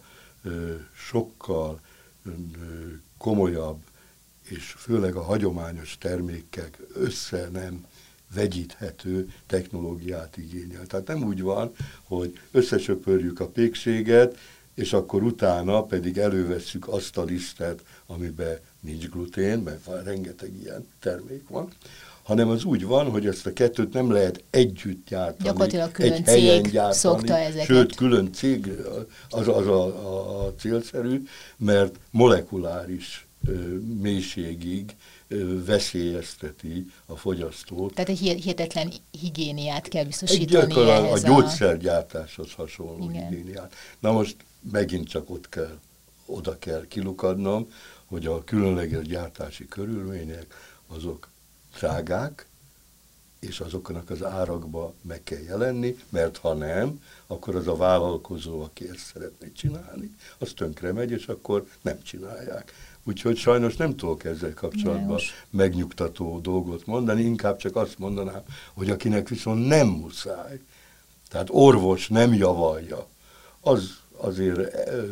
sokkal komolyabb, és főleg a hagyományos termékek össze nem vegyíthető technológiát igényel. Tehát nem úgy van, hogy összesöpörjük a pékséget, és akkor utána pedig elővesszük azt a lisztet, amiben nincs glutén, mert rengeteg ilyen termék van, hanem az úgy van, hogy ezt a kettőt nem lehet együtt gyártani. Gyakorlatilag külön egy helyen cég gyártani, szokta ezeket. Sőt, külön cég az a célszerű, mert molekuláris mélységig veszélyezteti a fogyasztót. Tehát egy hihetetlen higiéniát kell biztosítani ehhez a gyógyszergyártáshoz hasonló higiéniát. Na most megint csak oda kell kilukadnom, hogy a különleges gyártási körülmények azok drágák, és azoknak az árakba meg kell jelenni, mert ha nem, akkor az a vállalkozó, aki ezt szeretné csinálni, az tönkre megy, és akkor nem csinálják. Úgyhogy sajnos nem tudok ezzel kapcsolatban megnyugtató dolgot mondani, inkább csak azt mondanám, hogy akinek viszont nem muszáj, tehát orvos nem javalja, az azért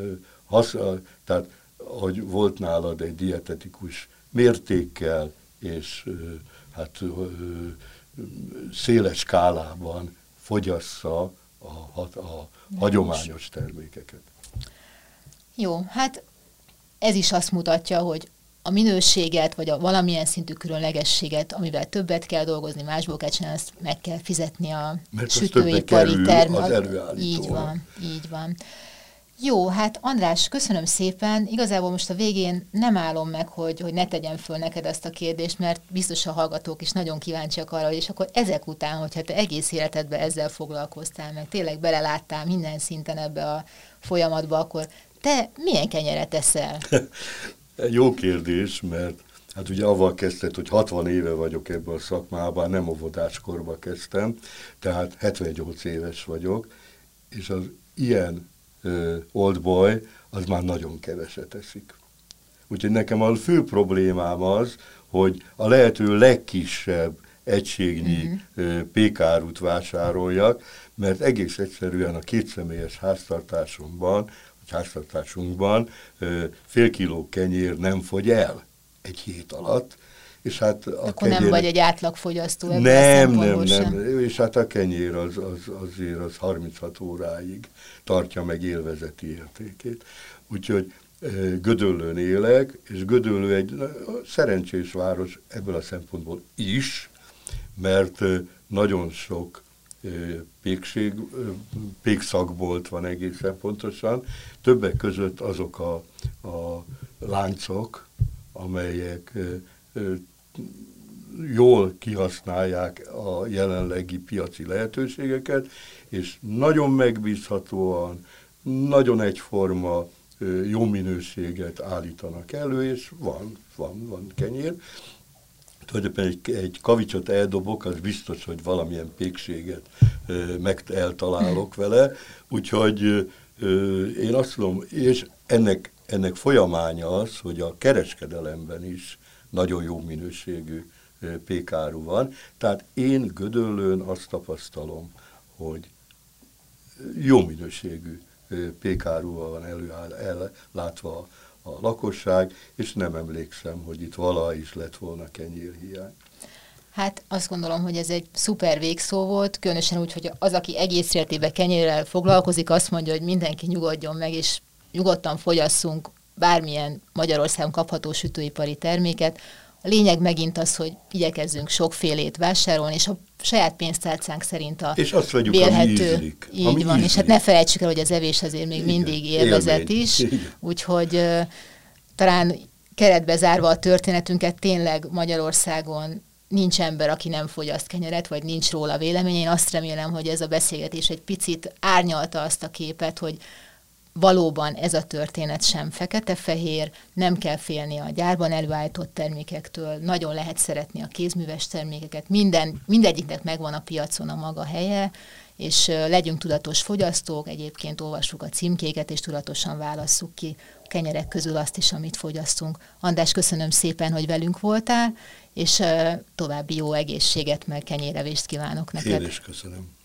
tehát hogy volt nálad egy dietetikus mértékkel, és hát széles skálában fogyassza a hagyományos termékeket. Jó, hát ez is azt mutatja, hogy a minőséget, vagy a valamilyen szintű különlegességet, amivel többet kell dolgozni, másból kell csinálni, azt meg kell fizetni a sütőipari termelőnek. Így van. Jó, hát András, köszönöm szépen. Igazából most a végén nem állom meg, hogy ne tegyem föl neked ezt a kérdést, mert biztos a hallgatók is nagyon kíváncsiak arra, és akkor ezek után, hogyha te egész életedben ezzel foglalkoztál, meg tényleg beleláttál minden szinten ebbe a folyamatba, akkor te milyen kenyeret eszel? Jó kérdés, mert hát ugye avval kezdted, hogy 60 éve vagyok ebben a szakmában, nem óvodáskorban kezdtem, tehát 78 éves vagyok, és az ilyen old boy, az már nagyon keveset eszik. Úgyhogy nekem a fő problémám az, hogy a lehető legkisebb egységnyi pékárút vásároljak, mert egész egyszerűen a kétszemélyes háztartásunkban fél kiló kenyér nem fogy el egy hét alatt, és hát akkor nem vagy egy átlagfogyasztó ebből nem, és hát a kenyér az 36 óráig tartja meg élvezeti értékét. Úgyhogy Gödöllőn élek, és Gödöllő egy szerencsés város ebből a szempontból is, mert nagyon sok pékszakbolt van egészen pontosan, többek között azok a láncok, amelyek jól kihasználják a jelenlegi piaci lehetőségeket, és nagyon megbízhatóan, nagyon egyforma, jó minőséget állítanak elő, és van kenyér. Tulajdonképpen egy kavicsot eldobok, az biztos, hogy valamilyen pékséget eltalálok vele, úgyhogy én azt mondom, és ennek folyamánya az, hogy a kereskedelemben is nagyon jó minőségű pékáru van. Tehát én Gödöllőn azt tapasztalom, hogy jó minőségű pékárúval van ellátva a lakosság, és nem emlékszem, hogy itt valaha is lett volna kenyérhiány. Hát azt gondolom, hogy ez egy szuper végszó volt, különösen úgy, hogy az, aki egész életében kenyérrel foglalkozik, azt mondja, hogy mindenki nyugodjon meg, és nyugodtan fogyasszunk bármilyen Magyarországon kapható sütőipari terméket. A lényeg megint az, hogy igyekezzünk sokfélét vásárolni, és a saját pénztárcánk szerint a és azt vegyük, vélhető. Ami ízlik. Így van, és hát ne felejtsük el, hogy az evés azért még mindig élvezet is, úgyhogy talán keretbe zárva a történetünket, tényleg Magyarországon nincs ember, aki nem fogyaszt kenyeret, vagy nincs róla vélemény. Én azt remélem, hogy ez a beszélgetés egy picit árnyalta azt a képet, hogy valóban ez a történet sem fekete-fehér, nem kell félni a gyárban előállított termékektől, nagyon lehet szeretni a kézműves termékeket, mindegyiknek megvan a piacon a maga helye, és legyünk tudatos fogyasztók, egyébként olvassuk a címkéket, és tudatosan válasszuk ki a kenyerek közül azt is, amit fogyasztunk. András, köszönöm szépen, hogy velünk voltál, és további jó egészséget, meg kenyérevést kívánok neked. Én is köszönöm.